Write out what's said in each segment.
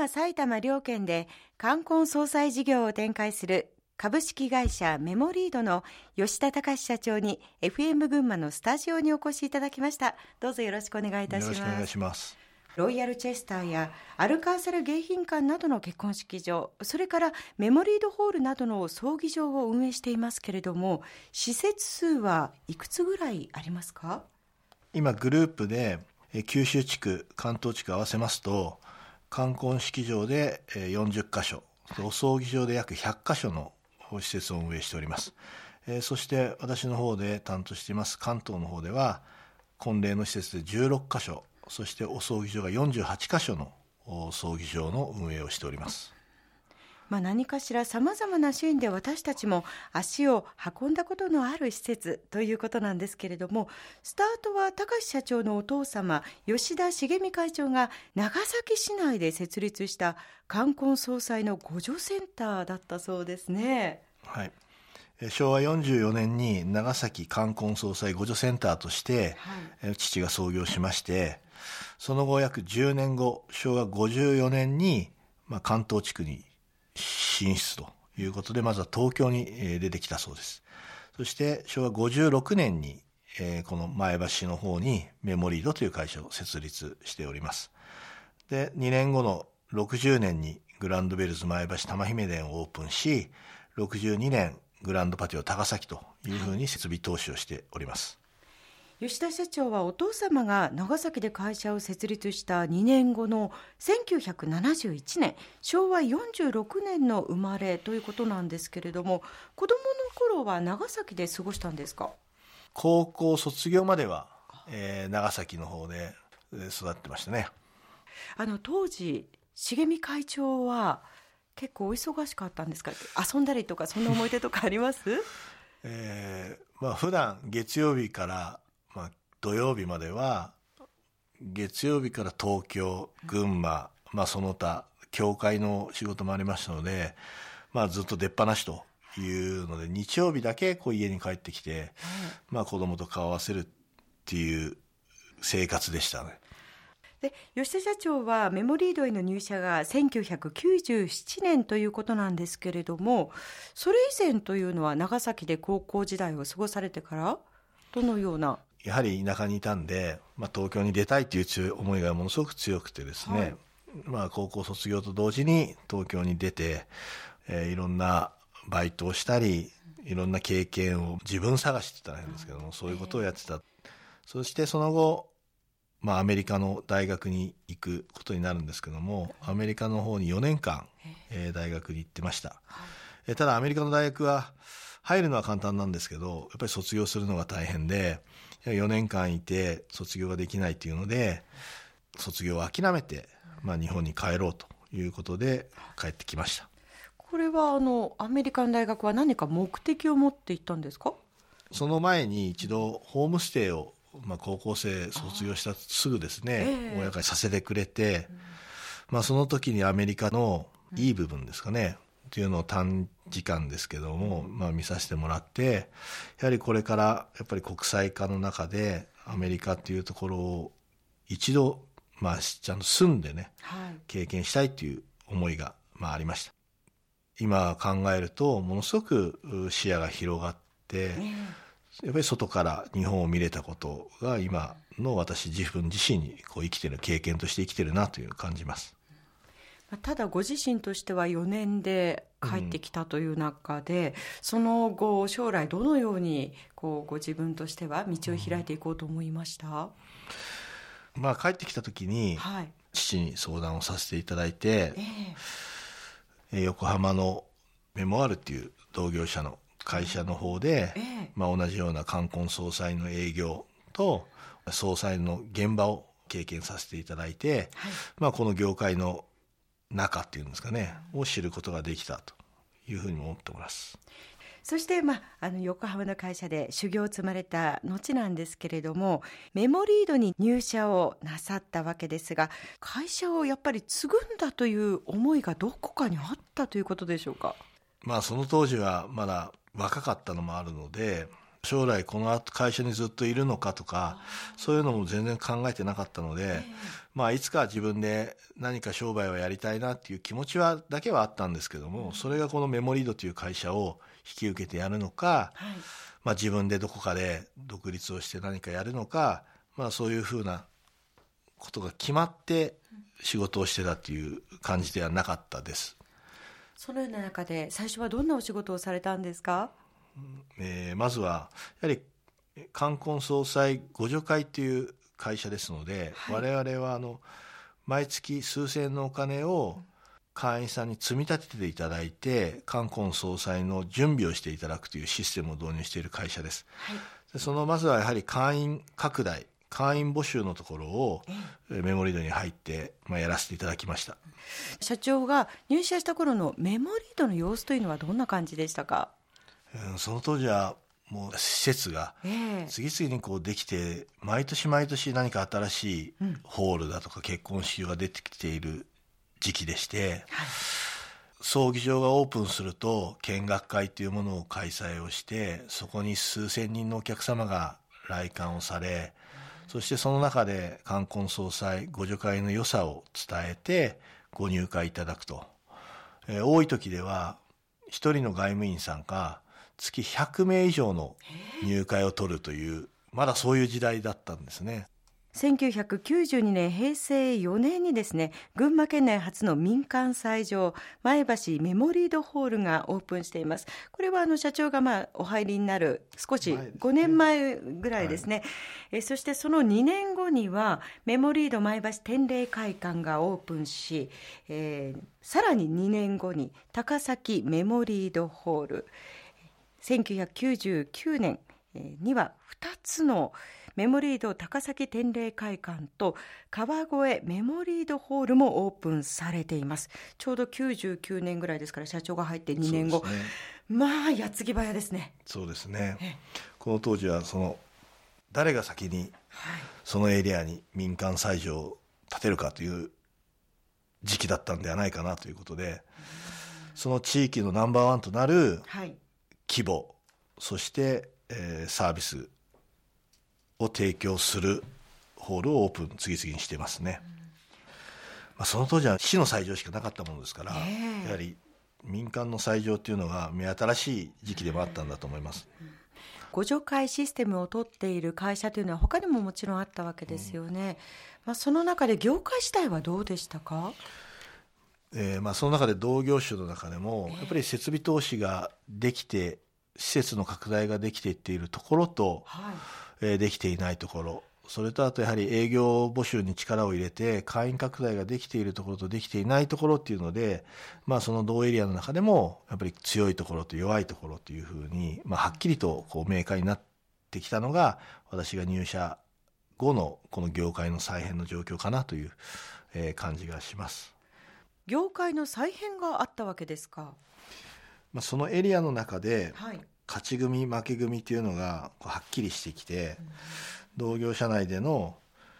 山埼玉両県で冠婚葬祭事業を展開する株式会社メモリードの吉田隆社長に FM 群馬のスタジオにお越しいただきました。どうぞよろしくお願いいたします。 よろしくお願いします。 ロイヤルチェスターやアルカーサル迎賓館などの結婚式場、それからメモリードホールなどの葬儀場を運営していますけれども、施設数はいくつぐらいありますか？ 今グループで九州地区、関東地区合わせますと、冠婚式場で40カ所、お葬儀場で約100カ所の施設を運営しております。そして私の方で担当しています関東の方では、婚礼の施設で16カ所、そしてお葬儀場が48カ所の葬儀場の運営をしております。 何かしら様々なシーンで私たちも足を運んだことのある施設ということなんですけれども、スタートは高橋社長のお父様、吉田茂美会長が長崎市内で設立した冠婚葬祭の互助センターだったそうですね。 はい。昭和44年に長崎冠婚葬祭互助センターとして、父が創業しまして、その後約10年後、昭和54年に、関東地区に進出ということで、まずは東京に出てきたそうです。そして昭和56年に、この前橋市の方にメモリードという会社を設立しております。で、2年後の60年にグランドベルズ前橋玉姫殿をオープンし、62年グランドパティオ高崎というふうに設備投資をしております。 吉田社長はお父様が長崎で会社を設立した2年後の1971年、昭和46年の生まれということなんですけれども、子供の頃は長崎で過ごしたんですか？ 高校卒業までは、長崎の方で育ってましたね。 当時、茂美会長は結構お忙しかったんですか？遊んだりとか、そんな思い出とかあります？ 普段月曜日から土曜日までは、月曜日から東京、群馬、その他、教会の仕事もありましたので、ずっと出っ放しというので、日曜日だけ家に帰ってきて、子供と顔を合わせるっていう生活でしたね。 で、吉田社長はメモリードへの入社が1997年ということなんですけれども、それ以前というのは長崎で高校時代を過ごされてからどのような？ やはり田舎にいたんで、東京に出たいという強い思いがものすごく強くてですね、高校卒業と同時に東京に出て、いろんなバイトをしたり、いろんな経験を自分探しって言ったら変ですけども、そういうことをやってた。そしてその後、アメリカの大学に行くことになるんですけども、アメリカの方に4年間、大学に行ってました。ただアメリカの大学は入るのは簡単なんですけど、やっぱり卒業するのが大変で、4年間いて卒業ができないというので、卒業を諦めて、日本に帰ろうということで帰ってきました。 これはアメリカの大学は何か目的を持って行ったんですか？ その前に一度ホームステイを、高校生卒業したすぐですね、親がさせてくれて、その時にアメリカのいい部分ですかね、っていうのを短時間ですけども、見させてもらって、やはりこれからやっぱり国際化の中でアメリカっていうところを一度、ちゃんと住んでね、経験したいっていう思いが、ありました。今考えるとものすごく視野が広がって、やっぱり外から日本を見れたことが今の私自分自身に生きてる経験として生きてるなという感じます。 ただご自身としては4年で帰ってきたという中で、その後将来どのようにご自分としては道を開いていこうと思いました？ 帰ってきた時に、父に相談をさせていただいて、横浜のメモアールっていう同業者の会社の方で、同じような冠婚葬祭の営業と葬祭の現場を経験させていただいて、この業界の中っていうんですかね、を知ることができたというふうに思っております。 そして、横浜の会社で修行を積まれた後なんですけれども、メモリードに入社をなさったわけですが、会社をやっぱり継ぐんだという思いがどこかにあったということでしょうか？ その当時はまだ若かったのもあるので、 将来この会社にずっといるのかとか、そういうのも全然考えてなかったので、いつか自分で何か商売をやりたいなっていう気持ちだけはあったんですけども、それがこのメモリードという会社を引き受けてやるのか、自分でどこかで独立をして何かやるのか、そういうふうなことが決まって仕事をしてたっていう感じではなかったです。 そのような中で最初はどんなお仕事をされたんですか？ まずはやはり冠婚葬祭互助会という会社ですので、我々は毎月数千円のお金を会員さんに積み立てていただいて、冠婚葬祭の準備をしていただくというシステムを導入している会社です。でまずはやはり会員拡大、会員募集のところをメモリードに入って、やらせていただきました。 社長が入社した頃のメモリードの様子というのはどんな感じでしたか？ その当時はもう施設が次々にできて、毎年毎年何か新しいホールだとか結婚式が出てきている時期でして、葬儀場がオープンすると見学会というものを開催をして、そこに数千人のお客様が来館をされ、そしてその中で冠婚葬祭互助会の良さを伝えてご入会いただくと、多い時では一人の外務員さんが月100名以上の入会を取るという、まだそういう時代だったんですね。 1992年平成4年にですね、群馬県内初の民間斎場前橋メモリードホールがオープンしています。これは社長がお入りになる少し5年前ぐらいですね。そしてその2年後にはメモリード前橋典礼会館がオープンし、さらに2年後に高崎メモリードホール、1999年には2つのメモリード高崎典礼会館と川越メモリードホールもオープンされています。ちょうど99年ぐらいですから、社長が入って2年後、矢継ぎ早ですね。 そうですね。この当時は誰が先にそのエリアに民間斎場を建てるかという時期だったんではないかなということで、その地域のナンバーワンとなる規模、そしてサービスを提供するホールをオープン次々にしてますね。その当時は市の斎場しかなかったものですから、やはり民間の斎場っていうのが目新しい時期でもあったんだと思います。 互助会システムを取っている会社というのは他にももちろんあったわけですよね。その中で業界自体はどうでしたか？ その中で同業種の中でもやっぱり設備投資ができて、施設の拡大ができていっているところと、できていないところ、それとあとやはり営業募集に力を入れて会員拡大ができているところとできていないところっていうので、その同エリアの中でもやっぱり強いところと弱いところというふうに、はっきりと明快になってきたのが私が入社後のこの業界の再編の状況かなという、感じがします。 業界の再編があったわけですか？ そのエリアの中で、勝ち組負け組というのがはっきりしてきて、同業者内での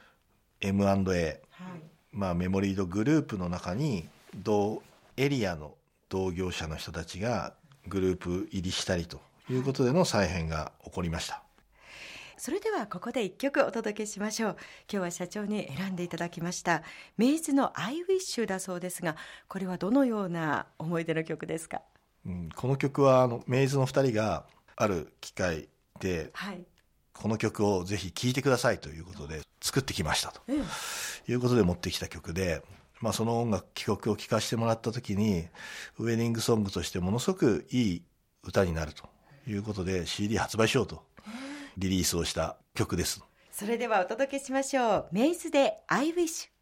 M&A、メモリードグループの中に同エリアの同業者の人たちがグループ入りしたりということでの再編が起こりました。 それではここで1曲お届けしましょう。今日は社長に選んでいただきましたメイズの I Wish だそうですが、これはどのような思い出の曲ですか？ この曲はメイズの2人がある機会で、この曲をぜひ聴いてくださいということで作ってきましたということで持ってきた曲で、その曲を聴かせてもらった時にウェディングソングとしてものすごくいい歌になるということで CD 発売しようとリリースをした曲です。 それではお届けしましょう。メイズで I Wish。